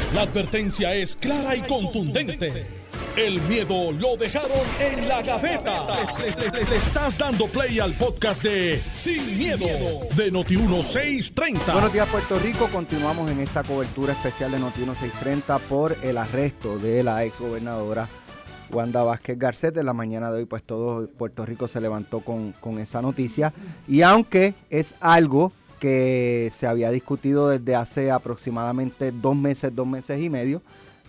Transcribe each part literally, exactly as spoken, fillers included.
La advertencia es clara y contundente. El miedo lo dejaron en la gaveta. Le, le- le- le estás dando play al podcast de Sin, Miedo, de Noti uno seiscientos treinta. Buenos días, Puerto Rico. Continuamos en esta cobertura especial de Noti uno seiscientos treinta por el arresto de la exgobernadora Wanda Vázquez Garcet. En la mañana de hoy, pues todo Puerto Rico se levantó con, con esa noticia. Y aunque es algo que se había discutido desde hace aproximadamente dos meses, dos meses y medio,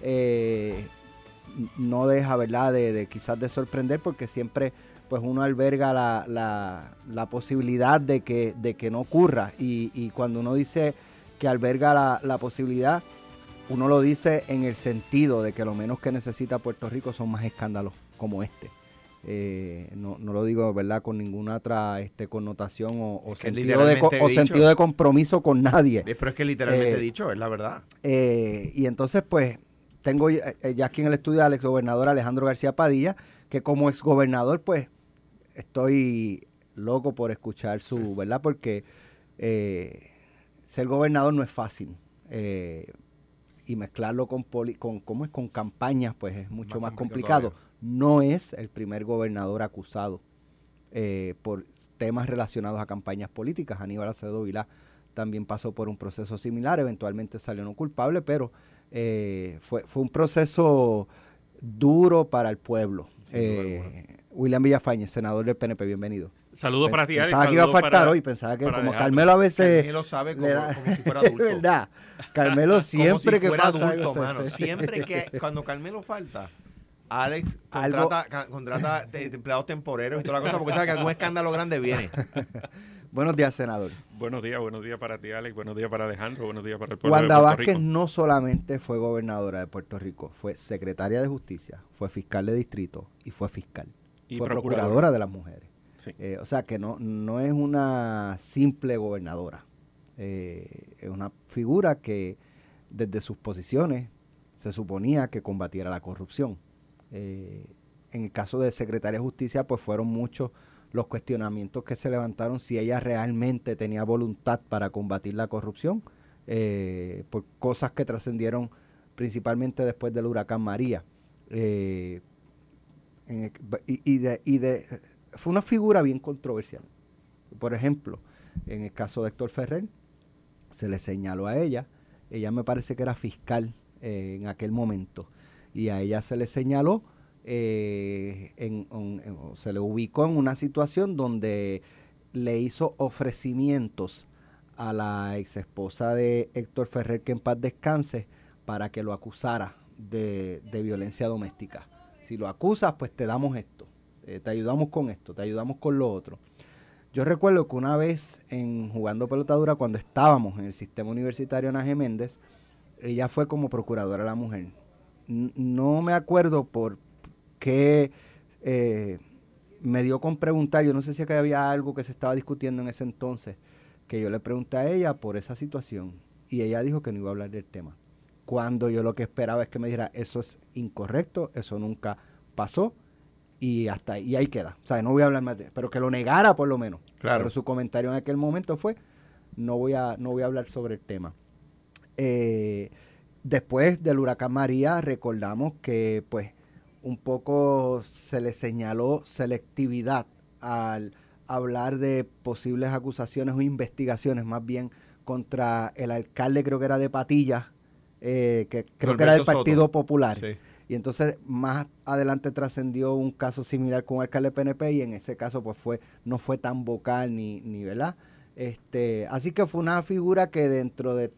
eh, no deja, ¿verdad?, de, de quizás de sorprender, porque siempre pues uno alberga la, la, la posibilidad de que, de que no ocurra. Y, y cuando uno dice que alberga la, la posibilidad, uno lo dice en el sentido de que lo menos que necesita Puerto Rico son más escándalos como este. Eh, no, no lo digo, ¿verdad?, con ninguna otra este, connotación o, o, sentido, de, o dicho, sentido de compromiso con nadie. Pero es que literalmente eh, dicho, es la verdad. Eh, y entonces, pues, tengo eh, ya aquí en el estudio al exgobernador Alejandro García Padilla, que como exgobernador, pues, estoy loco por escuchar su, ¿verdad? Porque eh, ser gobernador no es fácil. Eh, y mezclarlo con, poli, con, ¿cómo es? con campañas, pues es mucho más, más complicado. Todavía. No es el primer gobernador acusado eh, por temas relacionados a campañas políticas. Aníbal Acevedo Vilá también pasó por un proceso similar, eventualmente salió no culpable, pero eh, fue, fue un proceso duro para el pueblo. Eh, William Villafañez, senador del P N P, bienvenido. Saludos para ti, Alex. Pensaba que iba a faltar para, hoy, pensaba que como Alejandro. Carmelo a veces... Carmelo sabe como, da, como si fuera adulto. ¿Verdad? Carmelo siempre si que fuera pasa adulto, algo, mano. Se, siempre que, cuando Carmelo falta, Alex contrata, algo, contrata empleados temporeros y toda la cosa, porque sabe que algún escándalo grande viene. Buenos días, senador. Buenos días, buenos días para ti, Alex. Buenos días para Alejandro. Buenos días para el pueblo Wanda de Puerto Vázquez Rico. No solamente fue gobernadora de Puerto Rico, fue secretaria de Justicia, fue fiscal de distrito y fue fiscal. Y fue procuradora, procuradora de las mujeres. Sí. Eh, o sea que no, no es una simple gobernadora. Eh, es una figura que desde sus posiciones se suponía que combatiera la corrupción. Eh, en el caso de secretaria de Justicia, pues fueron muchos los cuestionamientos que se levantaron si ella realmente tenía voluntad para combatir la corrupción, eh, por cosas que trascendieron principalmente después del huracán María. Eh, en el, y, y, de, y de fue una figura bien controversial. Por ejemplo, en el caso de Héctor Ferrer, se le señaló a ella, ella me parece que era fiscal eh, en aquel momento, y a ella se le señaló, eh, en, en, en, se le ubicó en una situación donde le hizo ofrecimientos a la ex esposa de Héctor Ferrer, que en paz descanse, para que lo acusara de, de violencia doméstica. Si lo acusas, pues te damos esto, eh, te ayudamos con esto, te ayudamos con lo otro. Yo recuerdo que una vez en Jugando Pelotadura, cuando estábamos en el sistema universitario Ana G. Méndez, ella fue como procuradora de la mujer. N- no me acuerdo por qué eh, me dio con preguntar, yo no sé si que había algo que se estaba discutiendo en ese entonces, que yo le pregunté a ella por esa situación, y ella dijo que no iba a hablar del tema. Cuando yo lo que esperaba es que me dijera, eso es incorrecto, eso nunca pasó, y hasta ahí, y ahí queda. O sea, no voy a hablar más de eso, pero que lo negara por lo menos. Claro. Pero su comentario en aquel momento fue, no voy a, no voy a hablar sobre el tema. Eh, después del huracán María, recordamos que pues un poco se le señaló selectividad al hablar de posibles acusaciones o investigaciones más bien contra el alcalde, creo que era de Patillas, eh, que creo Roberto que era del Partido Soto. Popular. Sí. Y entonces más adelante trascendió un caso similar con un alcalde de P N P, y en ese caso pues fue no fue tan vocal ni, ni ¿verdad? Este, así que fue una figura que dentro de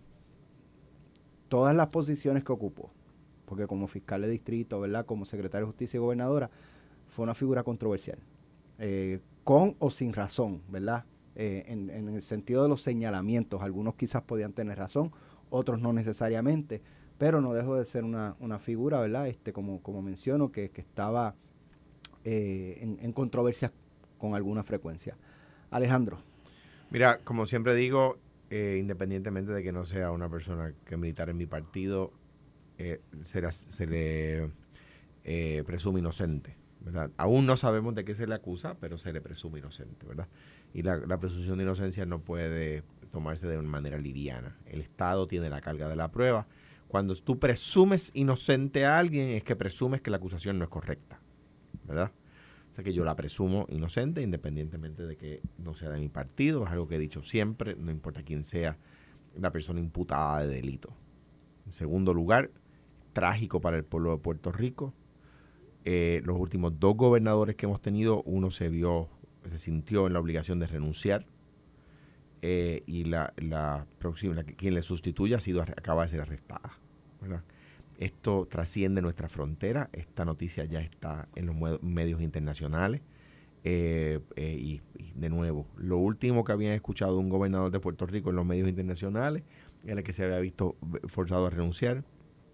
todas las posiciones que ocupó, porque como fiscal de distrito, ¿verdad?, como secretaria de Justicia y gobernadora, fue una figura controversial, eh, con o sin razón, ¿verdad? Eh, en, en el sentido de los señalamientos, algunos quizás podían tener razón, otros no necesariamente, pero no dejó de ser una, una figura, ¿verdad? Este, como, como menciono, que, que estaba eh, en, en controversias con alguna frecuencia. Alejandro. Mira, como siempre digo, eh, independientemente de que no sea una persona que militara en mi partido, eh, se, la, se le eh, presume inocente, ¿verdad? Aún no sabemos de qué se le acusa, pero se le presume inocente, ¿verdad? Y la, la presunción de inocencia no puede tomarse de manera liviana. El Estado tiene la carga de la prueba. Cuando tú presumes inocente a alguien es que presumes que la acusación no es correcta, ¿verdad? O sea que yo la presumo inocente independientemente de que no sea de mi partido. Es algo que he dicho siempre, no importa quién sea la persona imputada de delito. En segundo lugar, trágico para el pueblo de Puerto Rico. Eh, los últimos dos gobernadores que hemos tenido, uno se vio, se sintió en la obligación de renunciar eh, y la, la próxima, la, quien le sustituye ha sido, acaba de ser arrestada, ¿verdad? Esto trasciende nuestra frontera. Esta noticia ya está en los medios internacionales. Eh, eh, y, y de nuevo, lo último que habían escuchado de un gobernador de Puerto Rico en los medios internacionales era que se había visto forzado a renunciar.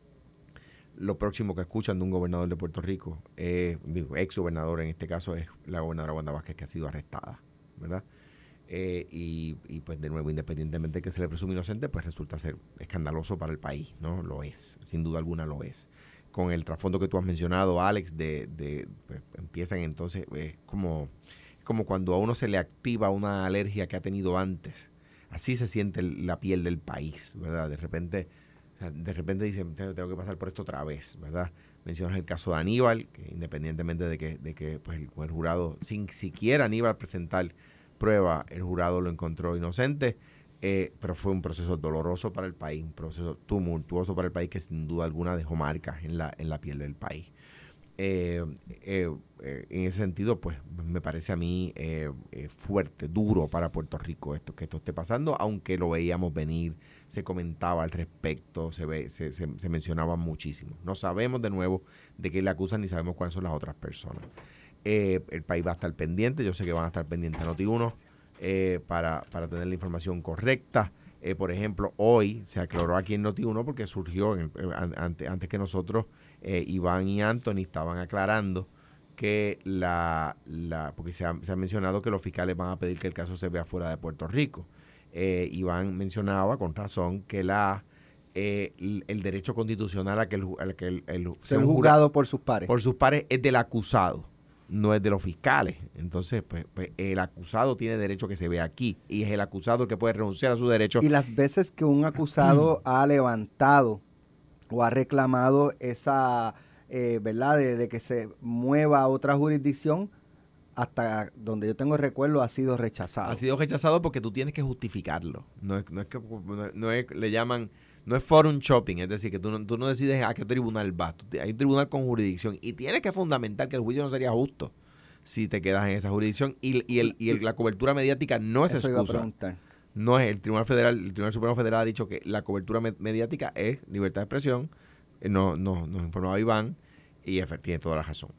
Lo próximo que escuchan de un gobernador de Puerto Rico, eh, ex gobernador en este caso, es la gobernadora Wanda Vázquez, que ha sido arrestada, ¿verdad? Eh, y, y pues de nuevo, independientemente de que se le presume inocente, pues resulta ser escandaloso para el país, ¿no? Lo es, sin duda alguna lo es. Con el trasfondo que tú has mencionado, Alex, de, de pues, empiezan entonces, es como, como cuando a uno se le activa una alergia que ha tenido antes. Así se siente el, la piel del país, ¿verdad? De repente... O sea, de repente dicen, tengo que pasar por esto otra vez, ¿verdad? Mencionas el caso de Aníbal, que independientemente de que, de que pues el, el jurado, sin siquiera Aníbal presentar prueba, el jurado lo encontró inocente, eh, pero fue un proceso doloroso para el país, un proceso tumultuoso para el país que sin duda alguna dejó marcas en la, en la piel del país. Eh, eh, eh, en ese sentido, pues me parece a mí eh, eh, fuerte, duro para Puerto Rico esto que esto esté pasando, aunque lo veíamos venir, se comentaba al respecto, se ve, se, se, se mencionaba muchísimo. No sabemos de nuevo de qué le acusan ni sabemos cuáles son las otras personas. Eh, el país va a estar pendiente, yo sé que van a estar pendientes a Noti uno eh, para, para tener la información correcta. Eh, por ejemplo, hoy se aclaró aquí en Noti uno porque surgió en, antes, antes que nosotros, eh, Iván y Anthony estaban aclarando que la, la porque se ha, se ha mencionado que los fiscales van a pedir que el caso se vea fuera de Puerto Rico. Eh, Iván mencionaba con razón que la eh, el, el derecho constitucional a que el, a que el, el ser juzgado por sus pares por sus pares es del acusado, no es de los fiscales. Entonces, pues, pues el acusado tiene derecho a que se vea aquí y es el acusado el que puede renunciar a su derecho. Y las veces que un acusado ha levantado o ha reclamado esa, eh, ¿verdad?, de, de que se mueva a otra jurisdicción, hasta donde yo tengo recuerdo, ha sido rechazado. Ha sido rechazado porque tú tienes que justificarlo. No es, no es que no, no es, le llaman, no es forum shopping, es decir, que tú no, tú no decides a qué tribunal vas. Hay un tribunal con jurisdicción y tienes que fundamentar que el juicio no sería justo si te quedas en esa jurisdicción y, y, el, y el, la cobertura mediática no es Eso excusa. Iba a preguntar. No es el Tribunal Federal, el Tribunal Supremo Federal ha dicho que la cobertura me, mediática es libertad de expresión. Eh, no, no, nos informaba Iván y tiene toda la razón.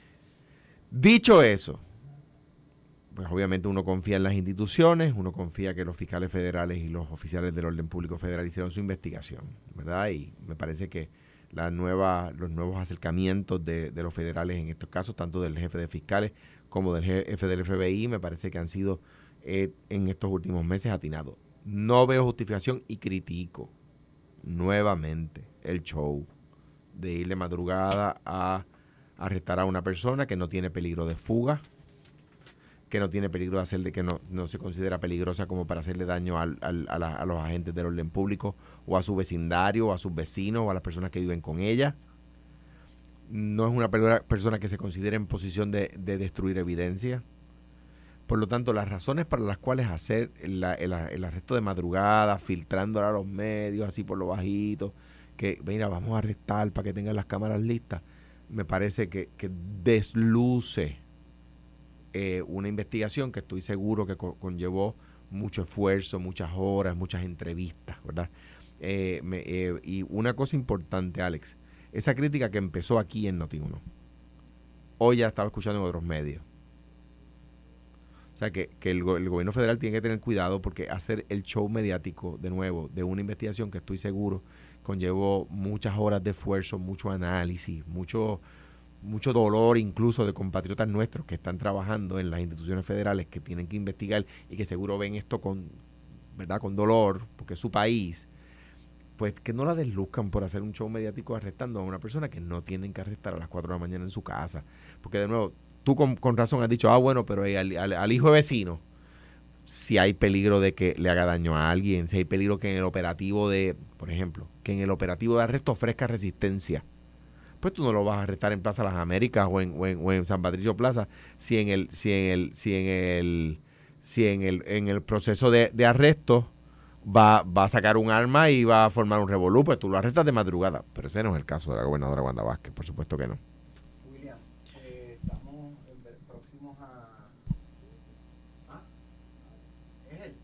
Dicho eso, pues obviamente uno confía en las instituciones, uno confía que los fiscales federales y los oficiales del orden público federal hicieron su investigación, ¿verdad? Y me parece que la nueva, los nuevos acercamientos de, de los federales en estos casos, tanto del jefe de fiscales como del jefe del F B I, me parece que han sido eh, en estos últimos meses atinados. No veo justificación y critico nuevamente el show de ir de madrugada a arrestar a una persona que no tiene peligro de fuga, que no tiene peligro de hacerle, que no, no se considera peligrosa como para hacerle daño al, al, a, la, a los agentes del orden público o a su vecindario o a sus vecinos o a las personas que viven con ella. No es una per- persona que se considere en posición de, de destruir evidencia. Por lo tanto, las razones para las cuales hacer la, el, el arresto de madrugada, filtrándola a los medios, así por lo bajito, que mira, vamos a arrestar para que tengan las cámaras listas, me parece que, que desluce Eh, una investigación que estoy seguro que co- conllevó mucho esfuerzo, muchas horas, muchas entrevistas, ¿verdad? Eh, me, eh, y una cosa importante, Alex, esa crítica que empezó aquí en Noti uno, hoy ya estaba escuchando en otros medios. O sea, que, que el, go- el gobierno federal tiene que tener cuidado porque hacer el show mediático, de nuevo, de una investigación que estoy seguro conllevó muchas horas de esfuerzo, mucho análisis, mucho... mucho dolor incluso de compatriotas nuestros que están trabajando en las instituciones federales que tienen que investigar y que seguro ven esto con, ¿verdad?, con dolor, porque es su país, pues que no la desluzcan por hacer un show mediático arrestando a una persona que no tienen que arrestar a las cuatro de la mañana en su casa. Porque de nuevo, tú con, con razón has dicho, ah, bueno, pero al, al, al hijo de vecino, si hay peligro de que le haga daño a alguien, si hay peligro que en el operativo de, por ejemplo, que en el operativo de arresto ofrezca resistencia, pues tú no lo vas a arrestar en Plaza Las Américas o en, o en, o en San Patricio Plaza, si en el, si en el, si en el, si en el, en el proceso de, de arresto va, va a sacar un arma y va a formar un revolú, pues tú lo arrestas de madrugada. Pero ese no es el caso de la gobernadora Wanda Vázquez, por supuesto que no. William, eh, estamos próximos a... ¿Ah? ¿Es él?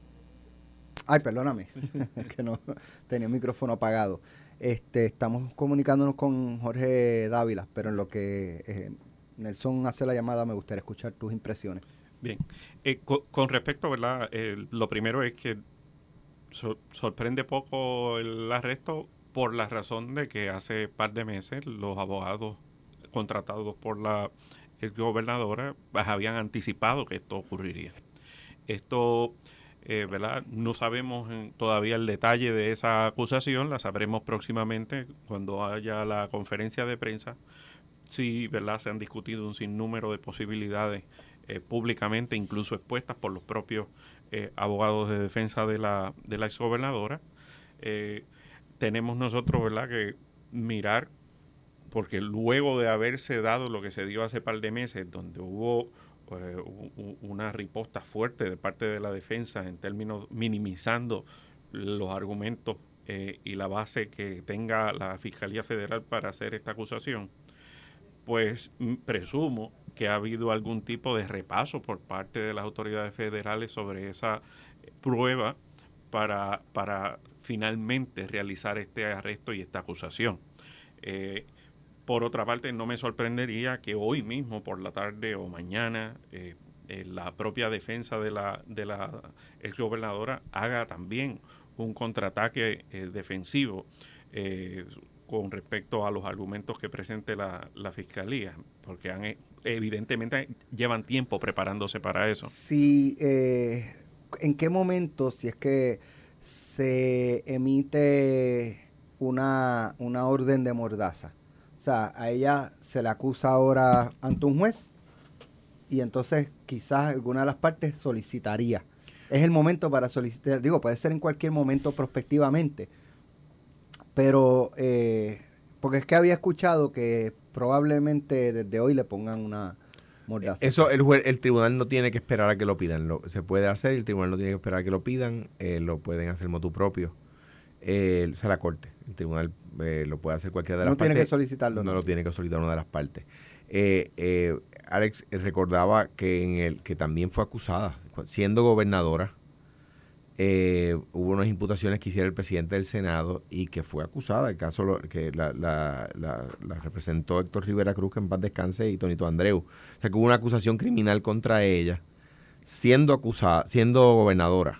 Ay, perdóname, es que no tenía el micrófono apagado. Este, estamos comunicándonos con Jorge Dávila, pero en lo que eh, Nelson hace la llamada me gustaría escuchar tus impresiones. Bien, eh, con, con respecto, ¿verdad? Eh, lo primero es que so, sorprende poco el arresto por la razón de que hace par de meses los abogados contratados por la gobernadora pues, habían anticipado que esto ocurriría. Esto... Eh, ¿verdad? No sabemos todavía el detalle de esa acusación, la sabremos próximamente cuando haya la conferencia de prensa. Sí, ¿verdad? Se han discutido un sinnúmero de posibilidades eh, públicamente, incluso expuestas por los propios eh, abogados de defensa de la, de la exgobernadora. Eh, tenemos nosotros, ¿verdad?, que mirar, porque luego de haberse dado lo que se dio hace par de meses, donde hubo Eh, una riposta fuerte de parte de la defensa en términos minimizando los argumentos eh, y la base que tenga la Fiscalía Federal para hacer esta acusación, pues m- presumo que ha habido algún tipo de repaso por parte de las autoridades federales sobre esa prueba para, para finalmente realizar este arresto y esta acusación. Eh, Por otra parte, no me sorprendería que hoy mismo, por la tarde o mañana, eh, eh, la propia defensa de la, de la exgobernadora haga también un contraataque eh, defensivo eh, con respecto a los argumentos que presente la, la Fiscalía, porque han, evidentemente llevan tiempo preparándose para eso. Sí, eh, ¿en qué momento, si es que se emite una, una orden de mordaza? O sea, a ella se le acusa ahora ante un juez y entonces quizás alguna de las partes solicitaría. Es el momento para solicitar, digo, puede ser en cualquier momento prospectivamente, pero eh, porque es que había escuchado que probablemente desde hoy le pongan una mordaza. Eso el, juez, el tribunal no tiene que esperar a que lo pidan, lo, se puede hacer, el tribunal no tiene que esperar a que lo pidan, eh, lo pueden hacer motu propio. Eh, o sea, la corte, el tribunal eh, lo puede hacer cualquiera de las no partes. No tiene que solicitarlo. No, no lo tiene que solicitar una de las partes. Eh, eh, Alex recordaba que en el que también fue acusada, siendo gobernadora, eh, hubo unas imputaciones que hiciera el presidente del Senado y que fue acusada. El caso lo, que la, la, la, la representó Héctor Rivera Cruz, que en paz descanse, y Tonito Andreu. O sea, que hubo una acusación criminal contra ella, siendo acusada, siendo gobernadora.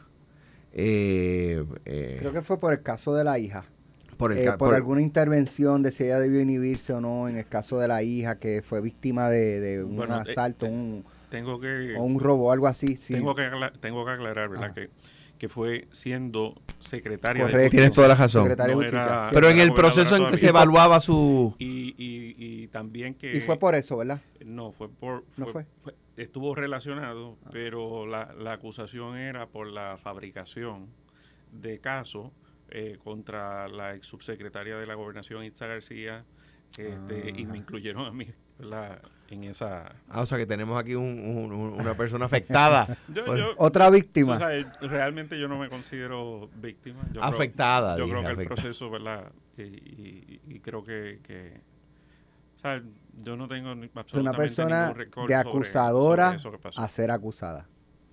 Eh, eh, Creo que fue por el caso de la hija. Por, el eh, ca- por, por alguna intervención de si ella debió inhibirse o no en el caso de la hija que fue víctima de, de un Bueno, asalto eh, un, tengo que, o un robo, algo así. Sí. Tengo, que acla- tengo que aclarar, ¿verdad? Ah. Que, que fue siendo secretaria Correcto. de Tienes toda la razón. Secretaria No de Justicia. era- Sí. Pero en el gobernadora proceso en que todavía. se evaluaba su... Y, y, y también que... Y fue por eso, ¿verdad? No, fue por... ¿No fue? fue- estuvo relacionado, Ah. pero la, la acusación era por la fabricación de casos eh, contra la ex subsecretaria de la Gobernación, Itza García, este, Ah. y me incluyeron a mí, ¿verdad?, en esa... Ah, o sea que tenemos aquí un, un- un- una persona afectada. Yo, Pues, yo- Otra víctima. tú sabes, realmente yo no me consiero víctima. Yo creo- Afectada, Yo dije, creo que el afectada. proceso, ¿verdad? Y, y- y creo que, que o sea, yo no tengo ni, Es una absolutamente persona ningún récord de sobre- acusadora sobre eso que pasó. a ser acusada.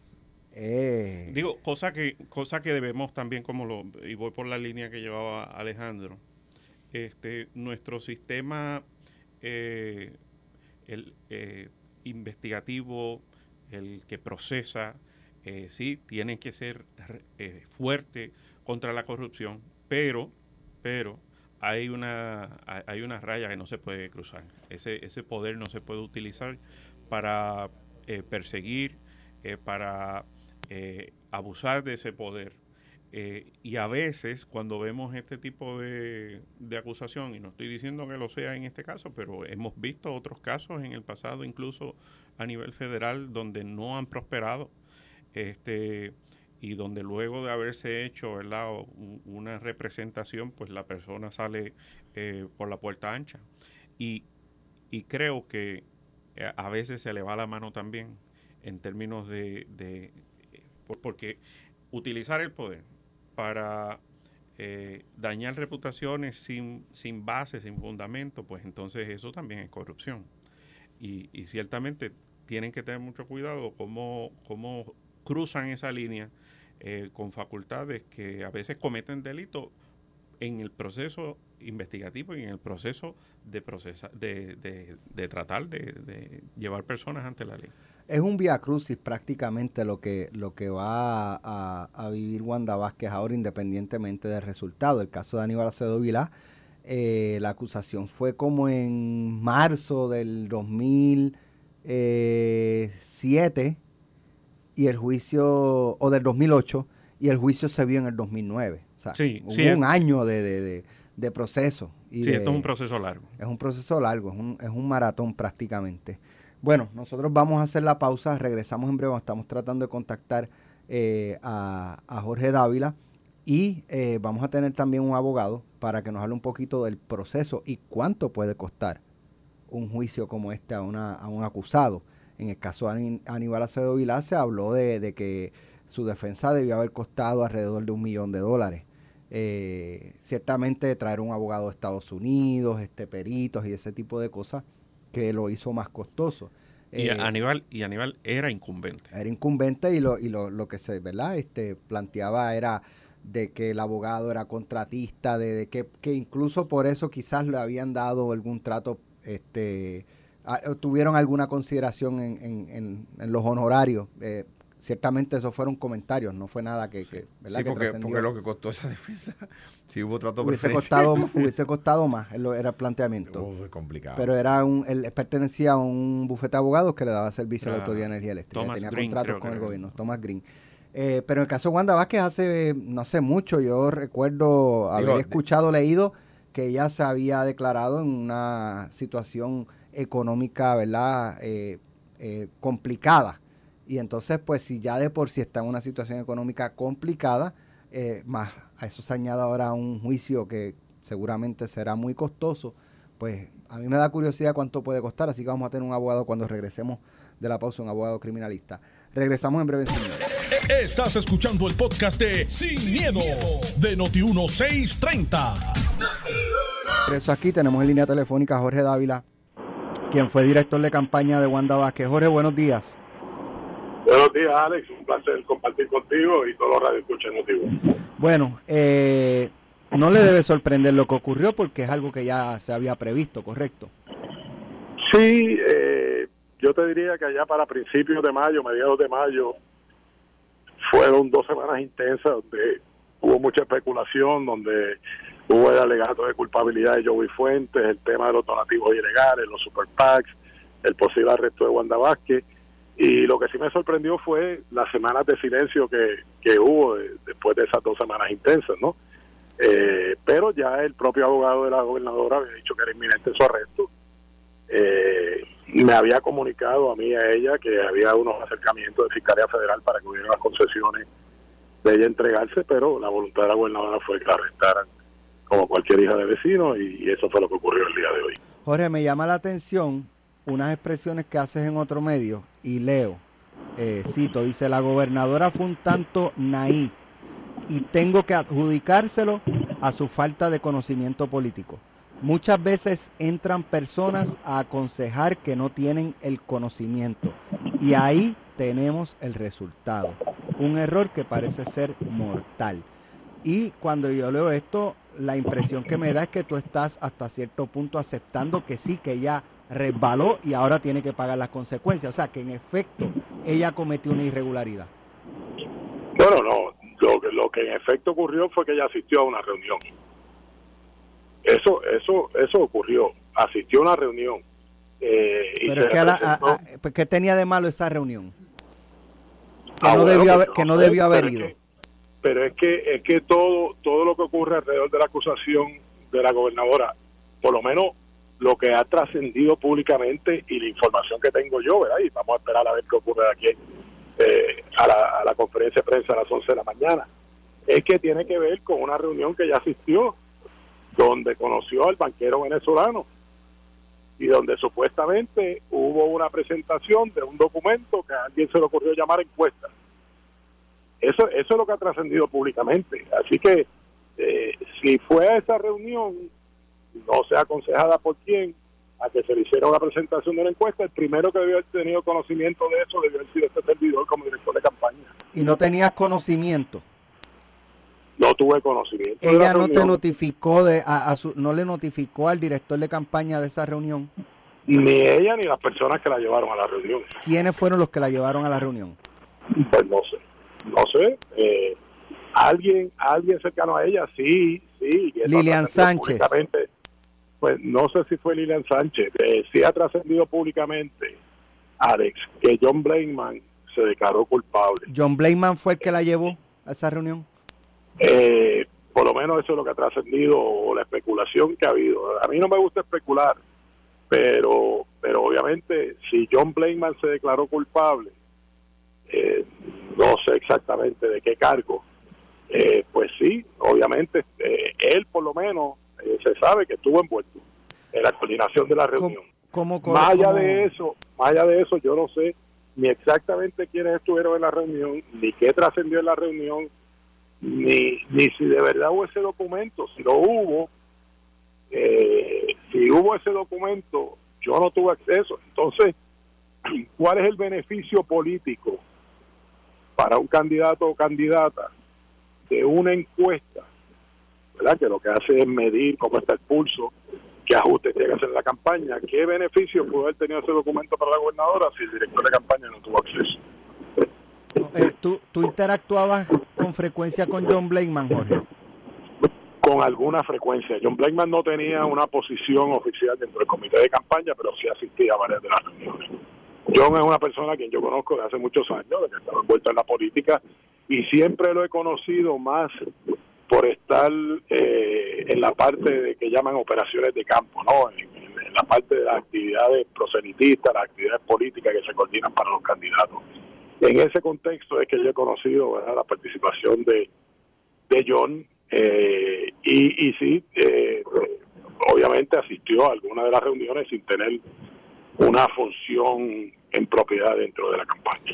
Eh, Digo, cosa que, cosa que debemos también, como lo, y voy por la línea que llevaba Alejandro, este, nuestro sistema eh, el eh, investigativo, el que procesa, eh, sí, tiene que ser eh, fuerte contra la corrupción, pero, pero hay una, hay una raya que no se puede cruzar. Ese, ese poder no se puede utilizar para eh, perseguir, eh, para eh, abusar de ese poder. Eh, y a veces cuando vemos este tipo de, de acusación, y no estoy diciendo que lo sea en este caso, pero hemos visto otros casos en el pasado, incluso a nivel federal, donde no han prosperado. este y donde luego de haberse hecho, ¿verdad?, una representación, pues la persona sale eh, por la puerta ancha. Y, y creo que a veces se le va la mano también en términos de, de porque utilizar el poder para eh, dañar reputaciones sin, sin base, sin fundamento, pues entonces eso también es corrupción. Y, y ciertamente tienen que tener mucho cuidado cómo, cómo cruzan esa línea eh, con facultades que a veces cometen delitos en el proceso investigativo y en el proceso de procesa, de, de, de tratar de, de llevar personas ante la ley. Es un vía crucis prácticamente lo que lo que va a, a vivir Wanda Vázquez ahora, independientemente del resultado. El caso de Aníbal Acevedo Vilá, eh, la acusación fue como en marzo del dos mil siete y el juicio, o del dos mil ocho, y el juicio se vio en el dos mil nueve. O sea, sí, hubo sí, un año de, de, de, de proceso. Y sí, de, esto es un proceso largo. Es un proceso largo, es un, es un maratón prácticamente. Bueno, nosotros vamos a hacer la pausa, regresamos en breve, estamos tratando de contactar eh, a, a Jorge Dávila y eh, vamos a tener también un abogado para que nos hable un poquito del proceso y cuánto puede costar un juicio como este a, una, a un acusado. En el caso de Aníbal Acevedo Vilá se habló de, de que su defensa debió haber costado alrededor de un millón de dólares. Eh, ciertamente traer un abogado de Estados Unidos, este peritos y ese tipo de cosas que lo hizo más costoso. Y eh, Aníbal y Aníbal era incumbente. Era incumbente y lo y lo, lo que se, ¿verdad? Este planteaba era de que el abogado era contratista, de, de que, que incluso por eso quizás le habían dado algún trato, este a, tuvieron alguna consideración en, en, en, en los honorarios. Eh, ciertamente esos fueron comentarios, no fue nada que, que ¿verdad? Sí, que porque, porque lo que costó esa defensa, si hubo trato hubiese costado, hubiese costado más, era el planteamiento. Uf, es complicado. Pero era un, él pertenecía a un bufete de abogados que le daba servicio ah, a la Autoridad de Energía Eléctrica. Thomas tenía Green, contratos con el era. gobierno, Thomas Green. Eh, pero en el caso de Wanda Vázquez hace, no hace mucho, yo recuerdo haber Digo, escuchado, de... leído que ella se había declarado en una situación económica, ¿verdad?, eh, eh, complicada. Y entonces, pues, si ya de por sí está en una situación económica complicada, eh, más a eso se añade ahora un juicio que seguramente será muy costoso, pues a mí me da curiosidad cuánto puede costar, así que vamos a tener un abogado cuando regresemos de la pausa, un abogado criminalista. Regresamos en breve. Sin miedo. Estás escuchando el podcast de Sin, Miedo, de Noti uno seiscientos treinta. Por eso aquí tenemos en línea telefónica a Jorge Dávila, quien fue director de campaña de Wanda Vázquez. Jorge, buenos días. Buenos días, Alex. Un placer compartir contigo y todos los radioescuchas motivos. Bueno, eh, no le debe sorprender lo que ocurrió porque es algo que ya se había previsto, ¿correcto? Sí, eh, yo te diría que allá para principios de mayo, mediados de mayo, fueron dos semanas intensas donde hubo mucha especulación, donde hubo el alegato de culpabilidad de Joey Fuentes, el tema de los donativos ilegales, los super PACs, el posible arresto de Wanda Vázquez. Y lo que sí me sorprendió fue las semanas de silencio que, que hubo de, después de esas dos semanas intensas, ¿no? Eh, pero ya el propio abogado de la gobernadora había dicho que era inminente su arresto. Eh, me había comunicado a mí y a ella que había unos acercamientos de Fiscalía Federal para que hubiera las concesiones de ella entregarse, pero la voluntad de la gobernadora fue que la arrestaran como cualquier hija de vecino y, y eso fue lo que ocurrió el día de hoy. Jorge, me llama la atención unas expresiones que haces en otro medio y leo, eh, cito, dice: la gobernadora fue un tanto naif y tengo que adjudicárselo a su falta de conocimiento político. Muchas veces entran personas a aconsejar que no tienen el conocimiento y ahí tenemos el resultado, un error que parece ser mortal. Y cuando yo leo esto, la impresión que me da es que tú estás hasta cierto punto aceptando que sí, que ella resbaló y ahora tiene que pagar las consecuencias. O sea, que en efecto ella cometió una irregularidad. Bueno, no. Lo que, lo que en efecto ocurrió fue que ella asistió a una reunión. Eso eso eso ocurrió. Asistió a una reunión. Eh, y Pero es que a la, a, a, ¿qué tenía de malo esa reunión? Que ah, no bueno, debió haber, no que no sé, debió haber pero ido. Es que, pero es que es que todo todo lo que ocurre alrededor de la acusación de la gobernadora, por lo menos lo que ha trascendido públicamente y la información que tengo yo, ¿verdad? Y vamos a esperar a ver qué ocurre de aquí eh, a, la, a la conferencia de prensa a las once de la mañana. Es que tiene que ver con una reunión que ya asistió, donde conoció al banquero venezolano y donde supuestamente hubo una presentación de un documento que a alguien se le ocurrió llamar encuesta. Eso, eso es lo que ha trascendido públicamente. Así que eh, si fue a esa reunión, no sé aconsejada por quién, a que se le hiciera una presentación de una encuesta, el primero que debió haber tenido conocimiento de eso debió haber sido este servidor como director de campaña. ¿Y no tenías conocimiento? No tuve conocimiento. ¿Ella no te notificó, de a, a su, no le notificó al director de campaña de esa reunión? Ni ella ni las personas que la llevaron a la reunión. ¿Quiénes fueron los que la llevaron a la reunión? Pues no sé, no sé. Eh, alguien alguien cercano a ella, sí, sí. Lilian Sánchez. Pues no sé si fue Lilian Sánchez. Eh, sí ha trascendido públicamente, Alex, que John Blakeman se declaró culpable. ¿John Blakeman fue el que la llevó a esa reunión? Eh, por lo menos eso es lo que ha trascendido, o la especulación que ha habido. A mí no me gusta especular, pero pero obviamente si John Blakeman se declaró culpable, eh, no sé exactamente de qué cargo, eh, pues sí, obviamente eh, él por lo menos eh, se sabe que estuvo envuelto en la coordinación de la reunión. ¿Cómo, cómo, más allá cómo? de eso, más allá de eso, yo no sé ni exactamente quiénes estuvieron en la reunión, ni qué trascendió en la reunión, ni ni si de verdad hubo ese documento. Si lo hubo, eh, si hubo ese documento, yo no tuve acceso. Entonces, ¿cuál es el beneficio político para un candidato o candidata de una encuesta, verdad, que lo que hace es medir cómo está el pulso, qué ajustes tiene que hacer en la campaña? ¿Qué beneficio pudo haber tenido ese documento para la gobernadora si el director de campaña no tuvo acceso? Eh, ¿tú, ¿Tú interactuabas con frecuencia con John Blakeman, Jorge? Con alguna frecuencia. John Blakeman no tenía una posición oficial dentro del comité de campaña, pero sí asistía a varias de las reuniones. John es una persona a quien yo conozco de hace muchos años, de que estaba envuelto en la política, y siempre lo he conocido más por estar eh, en la parte de que llaman operaciones de campo, ¿no? En, en, en la parte de las actividades proselitistas, las actividades políticas que se coordinan para los candidatos. En ese contexto es que yo he conocido, ¿verdad?, la participación de, de John, eh, y, y sí, eh, obviamente asistió a alguna de las reuniones sin tener una función en propiedad dentro de la campaña.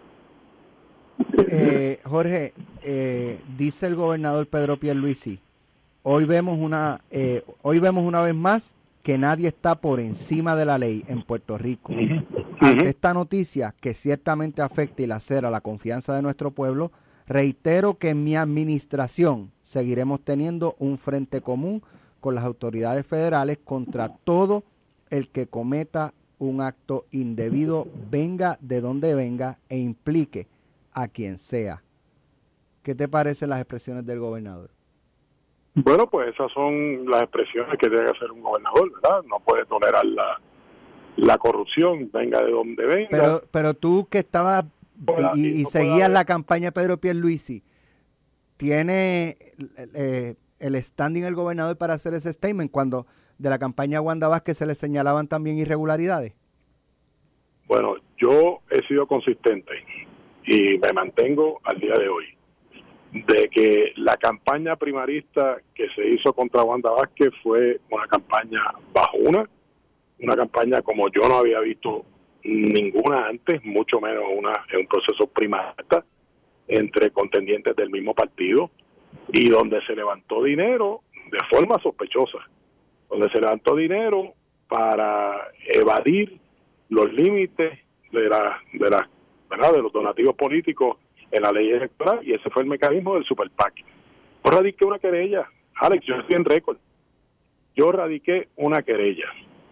Eh, Jorge, eh, dice el gobernador Pedro Pierluisi, hoy vemos una, eh, hoy vemos una vez más que nadie está por encima de la ley en Puerto Rico. Uh-huh. Ante esta noticia que ciertamente afecta y lacera la confianza de nuestro pueblo, reitero que en mi administración seguiremos teniendo un frente común con las autoridades federales contra todo el que cometa un acto indebido, venga de donde venga e implique a quien sea. ¿Qué te parecen las expresiones del gobernador? Bueno, pues esas son las expresiones que debe hacer un gobernador, ¿verdad? No puede tolerar la, la corrupción, venga de donde venga. Pero, pero tú que estabas y, y, y seguías la campaña de Pedro Pierluisi, ¿tiene eh, el standing el gobernador para hacer ese statement cuando de la campaña Wanda Vázquez se le señalaban también irregularidades? Bueno, yo he sido consistente y me mantengo al día de hoy de que la campaña primarista que se hizo contra Wanda Vázquez fue una campaña bajuna, una campaña como yo no había visto ninguna antes, mucho menos una en un proceso primarista entre contendientes del mismo partido, y donde se levantó dinero de forma sospechosa, donde se levantó dinero para evadir los límites de la de la ¿verdad? de los donativos políticos en la ley electoral, y ese fue el mecanismo del Super PAC. Yo radiqué una querella, Alex, yo estoy en récord, yo radiqué una querella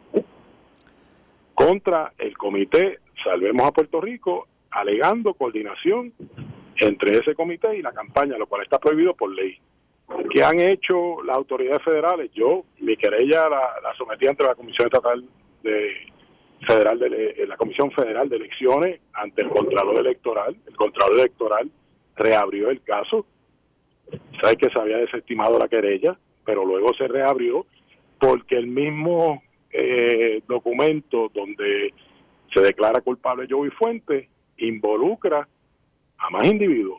contra el comité Salvemos a Puerto Rico, alegando coordinación entre ese comité y la campaña, lo cual está prohibido por ley. ¿Qué han hecho las autoridades federales? Yo, mi querella la, la sometí ante la Comisión Estatal de Federal de la Comisión Federal de Elecciones ante el Contralor Electoral. El Contralor Electoral reabrió el caso. Sabe que se había desestimado la querella, pero luego se reabrió porque el mismo eh, documento donde se declara culpable Joey Fuentes involucra a más individuos.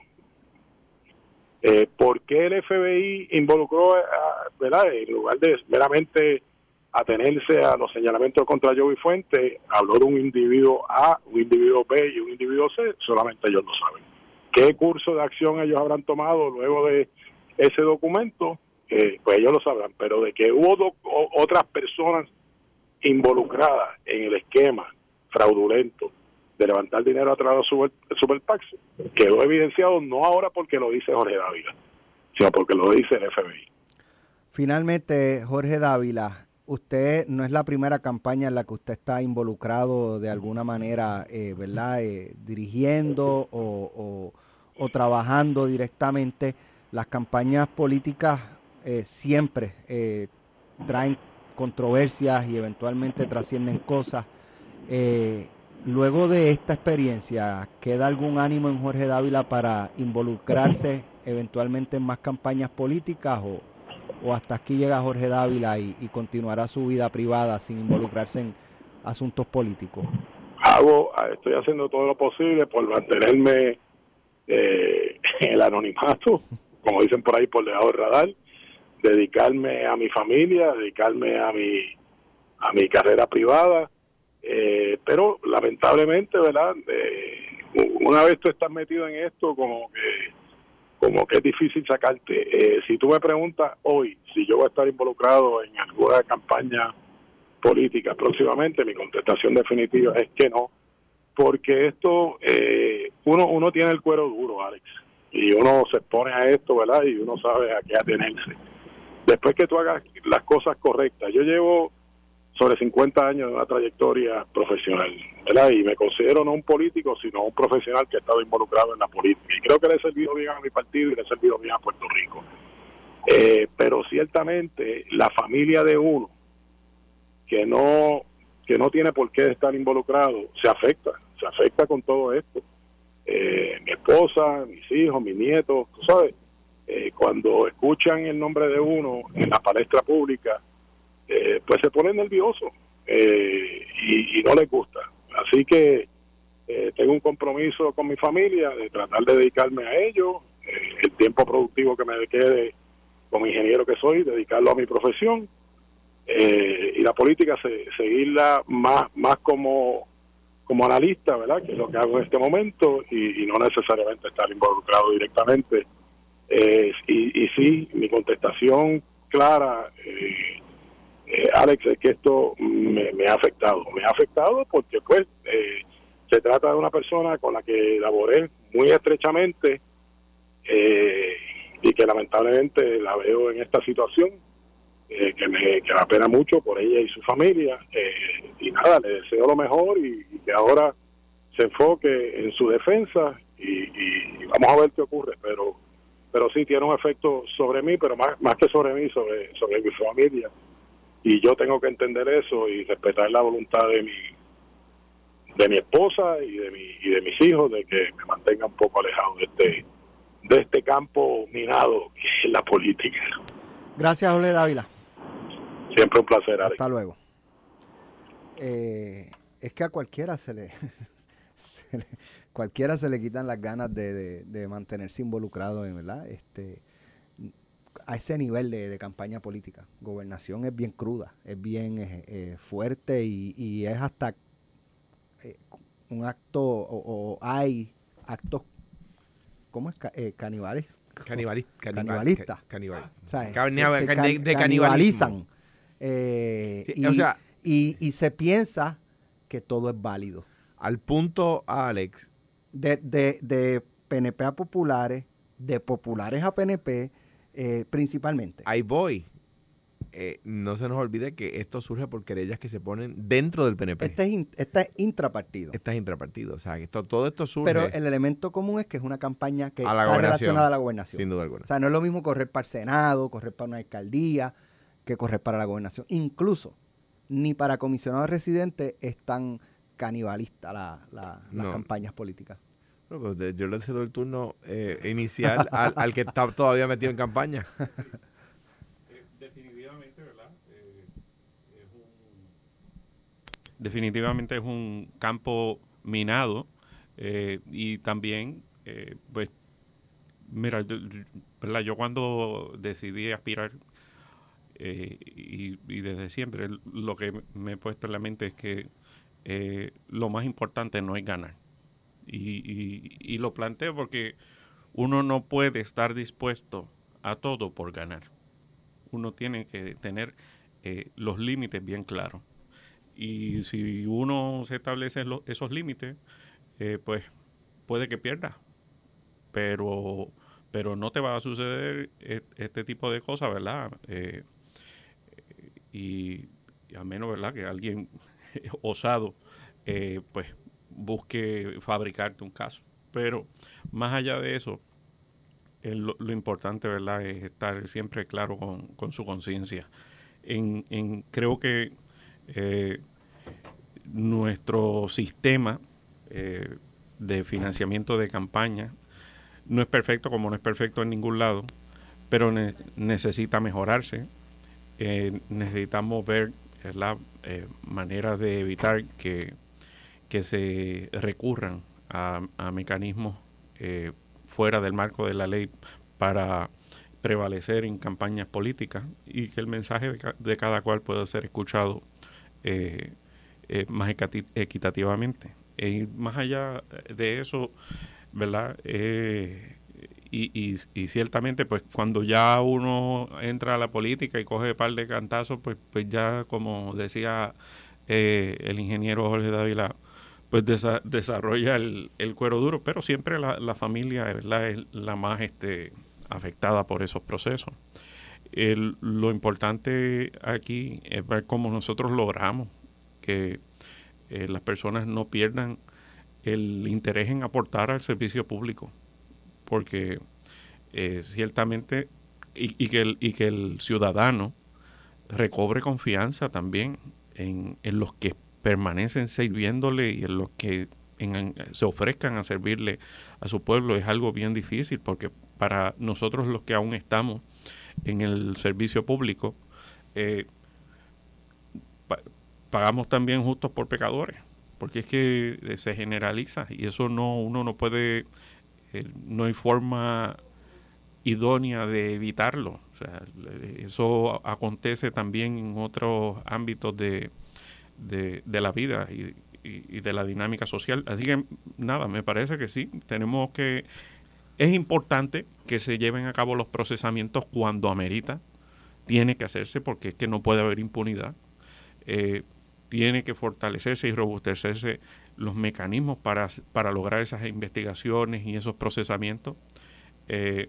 Eh, ¿Por qué el F B I involucró, a, ¿verdad? En lugar de meramente atenerse a los señalamientos contra Joey Fuentes, habló de un individuo A, un individuo B y un individuo C? Solamente ellos lo saben. ¿Qué curso de acción ellos habrán tomado luego de ese documento? Eh, pues ellos lo sabrán, pero de que hubo do, o, otras personas involucradas en el esquema fraudulento de levantar dinero a través de super, super PACs, quedó evidenciado no ahora porque lo dice Jorge Dávila, sino porque lo dice el F B I. Finalmente, Jorge Dávila, usted no es la primera campaña en la que usted está involucrado de alguna manera, eh, ¿verdad? Eh, dirigiendo o, o, o trabajando directamente. Las campañas políticas eh, siempre eh, traen controversias y eventualmente trascienden cosas. Eh, luego de esta experiencia, ¿queda algún ánimo en Jorge Dávila para involucrarse eventualmente en más campañas políticas o, o hasta aquí llega Jorge Dávila y, y continuará su vida privada sin involucrarse en asuntos políticos? Hago, estoy haciendo todo lo posible por mantenerme eh, en el anonimato, como dicen por ahí, por debajo del radar, dedicarme a mi familia, dedicarme a mi a mi carrera privada, eh, pero lamentablemente, ¿verdad? Eh, una vez tú estás metido en esto, como que como que es difícil sacarte. Eh, si tú me preguntas hoy si yo voy a estar involucrado en alguna campaña política próximamente, mi contestación definitiva es que no, porque esto, eh, uno uno tiene el cuero duro, Alex, y uno se expone a esto, ¿verdad? Y uno sabe a qué atenerse. Después que tú hagas las cosas correctas, yo llevo sobre cincuenta años de una trayectoria profesional, ¿verdad? Y me considero no un político, sino un profesional que ha estado involucrado en la política. Y creo que le he servido bien a mi partido y le he servido bien a Puerto Rico. Eh, pero ciertamente la familia de uno, que no que no tiene por qué estar involucrado, se afecta, se afecta con todo esto. Eh, mi esposa, mis hijos, mis nietos, tú sabes, eh, cuando escuchan el nombre de uno en la palestra pública, eh, pues se ponen nerviosos eh, y, y no les gusta. Así que eh, tengo un compromiso con mi familia de tratar de dedicarme a ellos, eh, el tiempo productivo que me quede como ingeniero que soy, dedicarlo a mi profesión, eh, y la política se, seguirla más más como como analista, ¿verdad? Que es lo que hago en este momento, y, y no necesariamente estar involucrado directamente. Eh, y, y sí, mi contestación clara, eh, eh, Alex, es que esto me, me ha afectado. Me ha afectado porque pues eh, se trata de una persona con la que laboré muy estrechamente, eh, y que lamentablemente la veo en esta situación, eh, que, me, que me apena mucho por ella y su familia, eh, y nada, le deseo lo mejor y, y que ahora se enfoque en su defensa y, y, y vamos a ver qué ocurre, pero pero sí tiene un efecto sobre mí, pero más más que sobre mí, sobre sobre mi familia, y yo tengo que entender eso y respetar la voluntad de mi de mi esposa y de mi y de mis hijos, de que me mantenga un poco alejado de este de este campo minado que es la política. Gracias, Jorge Dávila. Siempre un placer, Alex. Hasta luego. Eh, es que a cualquiera se le, se le cualquiera se le quitan las ganas de, de, de mantenerse involucrado en, ¿verdad? Este, a ese nivel de, de campaña política. Gobernación es bien cruda, es bien eh, eh, fuerte y, y es hasta eh, un acto, o, o hay actos, ¿cómo es? Eh, canibales. Canibali, canibal, canibalista. Canibal. O sea, Canibal, se, se can, de, de canibalizan. Eh, sí, y, o sea, y, y se piensa que todo es válido. Al punto, Alex. De, de, de P N P a populares, de populares a P N P, eh, principalmente. Ahí voy. Eh, no se nos olvide que esto surge por querellas que se ponen dentro del P N P. Este es, in, este es intrapartido. Este es intrapartido. O sea, que esto, todo esto surge. Pero el elemento común es que es una campaña que a la está relacionada a la gobernación. Sin duda alguna. O sea, no es lo mismo correr para el Senado, correr para una alcaldía, que correr para la gobernación. Incluso, ni para comisionados residentes es tan canibalista la, la, las no. campañas políticas. No, pues yo le cedo el turno eh, inicial al, al que está todavía metido en campaña. Definitivamente, ¿verdad? Eh, es un, definitivamente es un campo minado, eh, y también eh, pues, mira, yo, ¿verdad? Yo cuando decidí aspirar, eh, y, y desde siempre, lo que me he puesto en la mente es que eh, lo más importante no es ganar. Y, y, y lo planteo porque uno no puede estar dispuesto a todo por ganar. Uno tiene que tener eh, los límites bien claros. Y si uno se establece lo, esos límites, eh, pues puede que pierda. Pero, pero no te va a suceder este tipo de cosas, ¿verdad? Eh, y, y a menos, ¿verdad?, que alguien osado, eh, pues, busque fabricarte un caso. Pero más allá de eso, eh, lo, lo importante, ¿verdad?, es estar siempre claro con, con su conciencia. En, en, creo que eh, nuestro sistema eh, de financiamiento de campaña no es perfecto, como no es perfecto en ningún lado, pero ne- necesita mejorarse. Eh, necesitamos ver la eh, maneras de evitar que, que se recurran a, a mecanismos eh, fuera del marco de la ley para prevalecer en campañas políticas, y que el mensaje de, ca- de cada cual pueda ser escuchado eh, eh, más equati- equitativamente. Y más allá de eso, ¿verdad? Eh, y, y, y ciertamente, pues cuando ya uno entra a la política y coge un par de cantazos, pues, pues ya, como decía eh, el ingeniero Jorge Dávila, pues desa- desarrolla el, el cuero duro, pero siempre la, la familia, ¿verdad?, es la más este, afectada por esos procesos. El, lo importante aquí es ver cómo nosotros logramos que eh, las personas no pierdan el interés en aportar al servicio público, porque eh, ciertamente y, y, que el, y que el ciudadano recobre confianza también en, en los que permanecen sirviéndole y en los que en, en, se ofrezcan a servirle a su pueblo. Es algo bien difícil, porque para nosotros los que aún estamos en el servicio público, eh, pa- pagamos también justos por pecadores, porque es que eh, se generaliza, y eso no, uno no puede, eh, no hay forma idónea de evitarlo. O sea, eso acontece también en otros ámbitos de, de, de la vida y, y, y de la dinámica social. Así que nada, me parece que sí, tenemos que, es importante que se lleven a cabo los procesamientos cuando amerita, tiene que hacerse, porque es que no puede haber impunidad. Eh, tiene que fortalecerse y robustecerse los mecanismos para, para lograr esas investigaciones y esos procesamientos. Eh,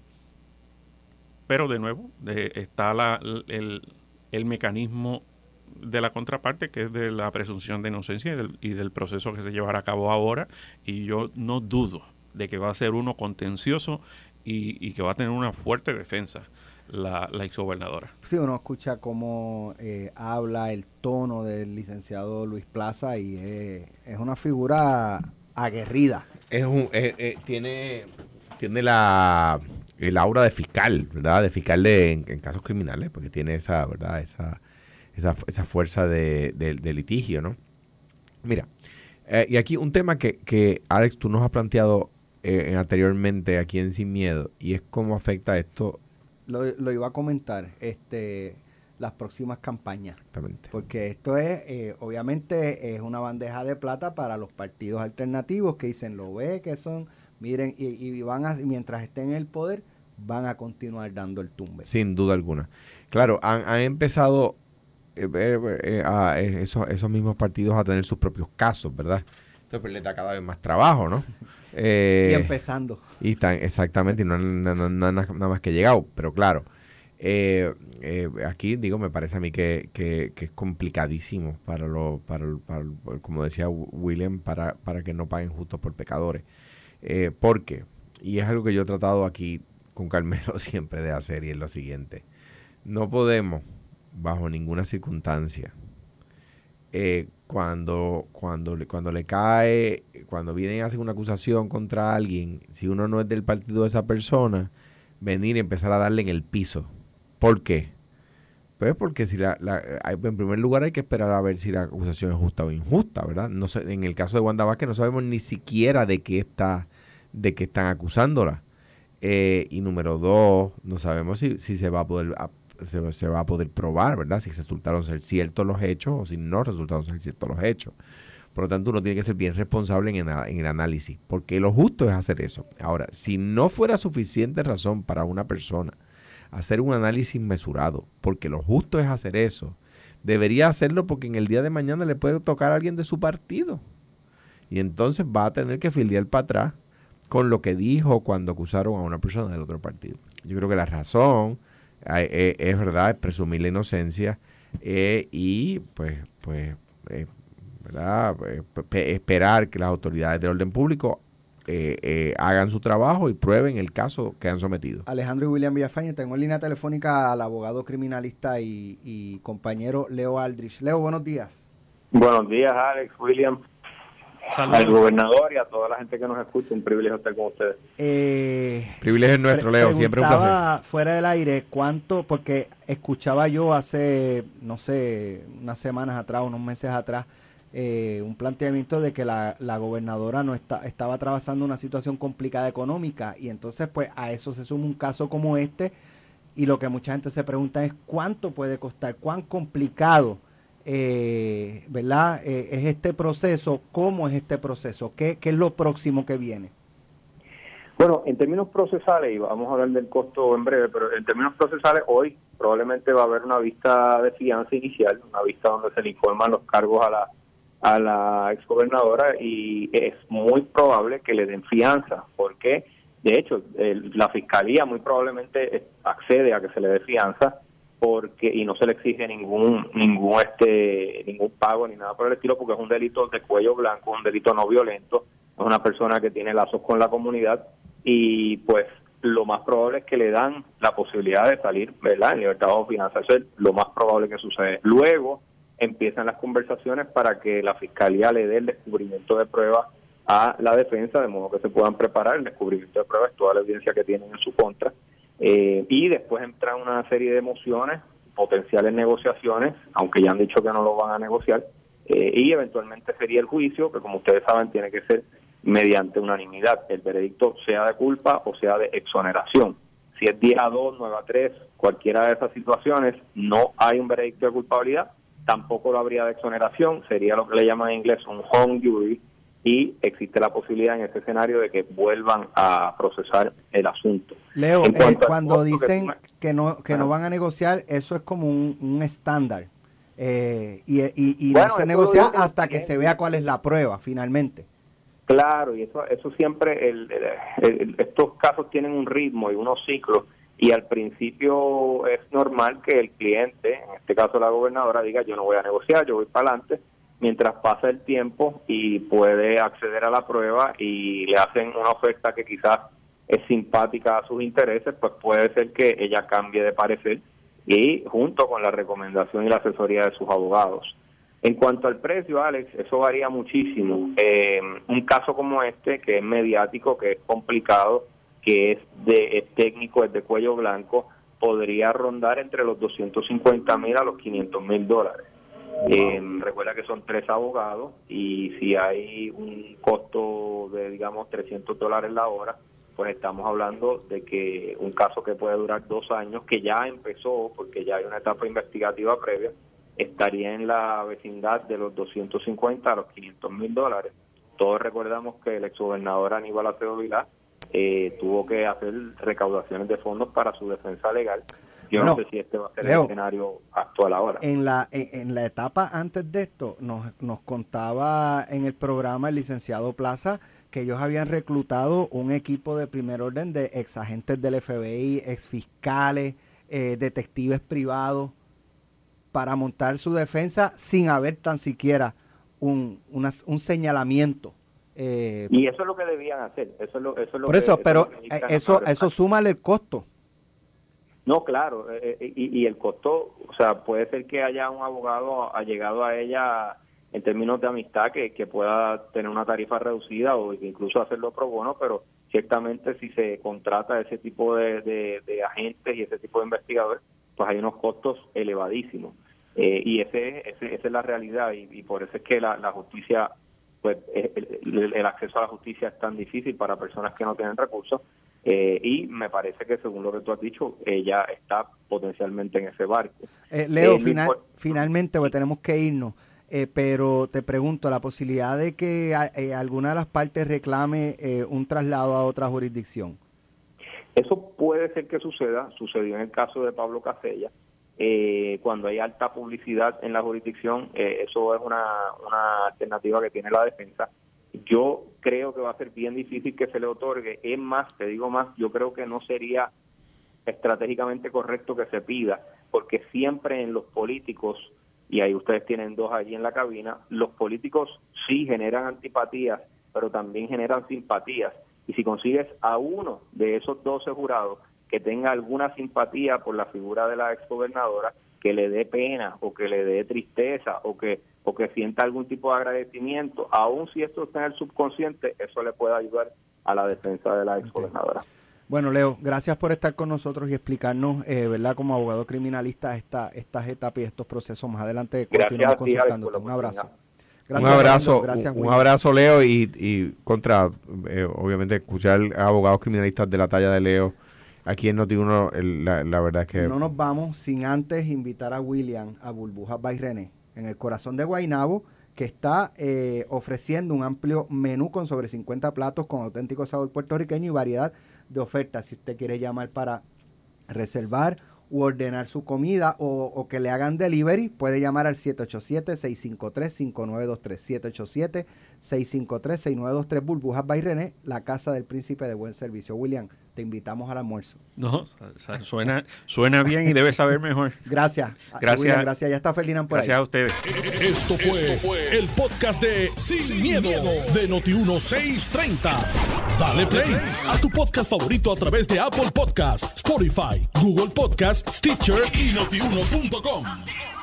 pero de nuevo, de, está la, el, el mecanismo de la contraparte, que es de la presunción de inocencia y del, y del proceso que se llevará a cabo ahora, y yo no dudo de que va a ser uno contencioso y, y que va a tener una fuerte defensa la, la exgobernadora. Sí, uno escucha cómo eh, habla, el tono del licenciado Luis Plaza, y eh, es una figura aguerrida. Es un, eh, eh, tiene, tiene la el aura de fiscal, ¿verdad? De fiscal de, en, en casos criminales, porque tiene esa, ¿verdad? Esa, esa, esa fuerza de, de, de litigio, ¿no? Mira, eh, y aquí un tema que, que Alex, tú nos has planteado eh, anteriormente aquí en Sin Miedo, y es cómo afecta esto. Lo, lo iba a comentar, este, las próximas campañas. Exactamente. Porque esto es, eh, obviamente, es una bandeja de plata para los partidos alternativos que dicen, lo ve, que son, miren, y, y van a, mientras estén en el poder, van a continuar dando el tumbe. Sin duda alguna. Claro, han, han empezado eh, eh, a esos, esos mismos partidos a tener sus propios casos, ¿verdad? Entonces, pues, les da cada vez más trabajo, ¿no? Eh, y empezando. Y están, exactamente, y no han no, no, no, nada más que llegado, pero claro, eh, eh, aquí, digo, me parece a mí que, que, que es complicadísimo para lo, para, para, como decía William, para, para que no paguen justos por pecadores. Eh, porque, y es algo que yo he tratado aquí con Carmelo siempre de hacer, y es lo siguiente: no podemos, bajo ninguna circunstancia, eh, cuando, cuando, cuando le cae, cuando vienen y hacen una acusación contra alguien, si uno no es del partido de esa persona, venir y empezar a darle en el piso. ¿Por qué? Pues porque si la, la hay, en primer lugar hay que esperar a ver si la acusación es justa o injusta, ¿verdad? No sé, en el caso de Wanda Vázquez no sabemos ni siquiera de qué está, de que están acusándola. Eh, y número dos, no sabemos si, si se va a poder a, se, se va a poder probar, ¿verdad? Si resultaron ser ciertos los hechos o si no resultaron ser ciertos los hechos. Por lo tanto, uno tiene que ser bien responsable en el, en el análisis, porque lo justo es hacer eso. Ahora, si no fuera suficiente razón para una persona hacer un análisis mesurado, porque lo justo es hacer eso, debería hacerlo porque en el día de mañana le puede tocar a alguien de su partido. Y entonces va a tener que filiar para atrás con lo que dijo cuando acusaron a una persona del otro partido. Yo creo que la razón eh, es verdad, es presumir la inocencia eh, y pues, pues eh, ¿verdad? Eh, esperar que las autoridades del orden público eh, eh, hagan su trabajo y prueben el caso que han sometido. Alejandro y William Villafañe, tengo en línea telefónica al abogado criminalista y, y compañero Leo Aldrich. Leo, buenos días. Buenos días, Alex, William. Saludos. Al gobernador y a toda la gente que nos escucha, un privilegio estar con ustedes. Eh, privilegio es nuestro, Leo, siempre un placer. Fuera del aire, ¿cuánto? Porque escuchaba yo hace, no sé, unas semanas atrás, unos meses atrás, eh, un planteamiento de que la, la gobernadora no está, estaba atravesando una situación complicada económica y entonces pues a eso se suma un caso como este y lo que mucha gente se pregunta es ¿cuánto puede costar? ¿Cuán complicado Eh, ¿verdad? Eh, es este proceso? ¿Cómo es este proceso? ¿Qué, qué es lo próximo que viene? Bueno, en términos procesales, y vamos a hablar del costo en breve, pero en términos procesales hoy probablemente va a haber una vista de fianza inicial, una vista donde se le informan los cargos a la a la exgobernadora y es muy probable que le den fianza, porque de hecho el, la fiscalía muy probablemente accede a que se le dé fianza porque y no se le exige ningún ningún este ningún pago ni nada por el estilo porque es un delito de cuello blanco, un delito no violento, es una persona que tiene lazos con la comunidad y pues lo más probable es que le dan la posibilidad de salir, ¿verdad?, en libertad bajo fianza. Eso es lo más probable que sucede. Luego empiezan las conversaciones para que la fiscalía le dé el descubrimiento de pruebas a la defensa, de modo que se puedan preparar el descubrimiento de pruebas, toda la evidencia que tienen en su contra. Eh, y después entra una serie de mociones, potenciales negociaciones, aunque ya han dicho que no lo van a negociar, eh, y eventualmente sería el juicio, que como ustedes saben tiene que ser mediante unanimidad, el veredicto sea de culpa o sea de exoneración. Si es diez a dos, nueve a tres, cualquiera de esas situaciones, no hay un veredicto de culpabilidad, tampoco lo habría de exoneración, sería lo que le llaman en inglés un hung jury, y existe la posibilidad en ese escenario de que vuelvan a procesar el asunto. Leo, eh, cuando dicen que, que no que no van a negociar, eso es como un, un estándar. Eh, y y, y bueno, no se negocia hasta que se vea cuál es la prueba finalmente. Claro, y eso eso siempre, el, el, el, estos casos tienen un ritmo y unos ciclos, y al principio es normal que el cliente, en este caso la gobernadora, diga yo no voy a negociar, yo voy para adelante, mientras pasa el tiempo y puede acceder a la prueba y le hacen una oferta que quizás es simpática a sus intereses, pues puede ser que ella cambie de parecer y junto con la recomendación y la asesoría de sus abogados. En cuanto al precio, Alex, eso varía muchísimo. Eh, un caso como este, que es mediático, que es complicado, que es de es técnico, es de cuello blanco, podría rondar entre los doscientos cincuenta mil a los quinientos mil dólares. Eh, recuerda que son tres abogados y si hay un costo de, digamos, trescientos dólares la hora, pues estamos hablando de que un caso que puede durar dos años, que ya empezó porque ya hay una etapa investigativa previa, estaría en la vecindad de los doscientos cincuenta a los quinientos mil dólares. Todos recordamos que el exgobernador Aníbal Acevedo Vilá eh, tuvo que hacer recaudaciones de fondos para su defensa legal. Yo bueno, no sé si este va a ser Leo, el escenario actual ahora. En la en, en la etapa antes de esto, nos, nos contaba en el programa el licenciado Plaza que ellos habían reclutado un equipo de primer orden de ex agentes del F B I, ex fiscales, eh, detectives privados, para montar su defensa sin haber tan siquiera un, una, un señalamiento. Eh, y eso es lo que debían hacer. Eso es lo, eso es lo por eso, que, pero eso, es eso, eso, eso súmale el costo. No, claro, eh, y, y el costo, o sea, puede ser que haya un abogado allegado a ella en términos de amistad que, que pueda tener una tarifa reducida o incluso hacerlo pro bono, pero ciertamente si se contrata ese tipo de, de, de agentes y ese tipo de investigadores, pues hay unos costos elevadísimos. Eh, y ese, ese esa es la realidad y, y por eso es que la, la justicia pues el, el acceso a la justicia es tan difícil para personas que no tienen recursos. Eh, y me parece que, según lo que tú has dicho, ella está potencialmente en ese barco. Eh, Leo, eh, final, por... finalmente, pues tenemos que irnos, eh, pero te pregunto, la posibilidad de que eh, alguna de las partes reclame eh, un traslado a otra jurisdicción. Eso puede ser que suceda, sucedió en el caso de Pablo Casella. Eh, cuando hay alta publicidad en la jurisdicción, eh, eso es una, una alternativa que tiene la defensa. Yo creo que va a ser bien difícil que se le otorgue. Es más, te digo más, yo creo que no sería estratégicamente correcto que se pida, porque siempre en los políticos, y ahí ustedes tienen dos allí en la cabina, los políticos sí generan antipatías, pero también generan simpatías. Y si consigues a uno de esos doce jurados que tenga alguna simpatía por la figura de la exgobernadora, que le dé pena o que le dé tristeza o que o que sienta algún tipo de agradecimiento, aun si esto está en el subconsciente, eso le puede ayudar a la defensa de la exgobernadora. Okay. Bueno, Leo, gracias por estar con nosotros y explicarnos, eh, ¿verdad?, como abogado criminalista, esta, estas etapas y estos procesos. Más adelante continuamos consultándote. Un abrazo. Gracias, un abrazo, gracias, un, un abrazo, Leo, y, y contra, eh, obviamente, escuchar a abogados criminalistas de la talla de Leo aquí en Noti uno, la, la verdad es que... No nos vamos sin antes invitar a William a Burbujas by René, en el corazón de Guaynabo, que está eh, ofreciendo un amplio menú con sobre cincuenta platos con auténtico sabor puertorriqueño y variedad de ofertas. Si usted quiere llamar para reservar u ordenar su comida o, o que le hagan delivery, puede llamar al siete ocho siete, seis cinco tres, cinco nueve dos tres, siete ocho siete, seis cinco tres, seis nueve dos tres. Burbujas by René, la casa del príncipe de buen servicio. William, te invitamos al almuerzo. No, o sea, suena, suena bien y debe saber mejor. Gracias. Gracias. William, gracias. Ya está Ferdinand por gracias ahí. A ustedes. Esto fue, Esto fue el podcast de Sin, Sin miedo, miedo de Noti uno seiscientos treinta. Dale play a tu podcast favorito a través de Apple Podcasts, Spotify, Google Podcasts, Stitcher y notiuno punto com.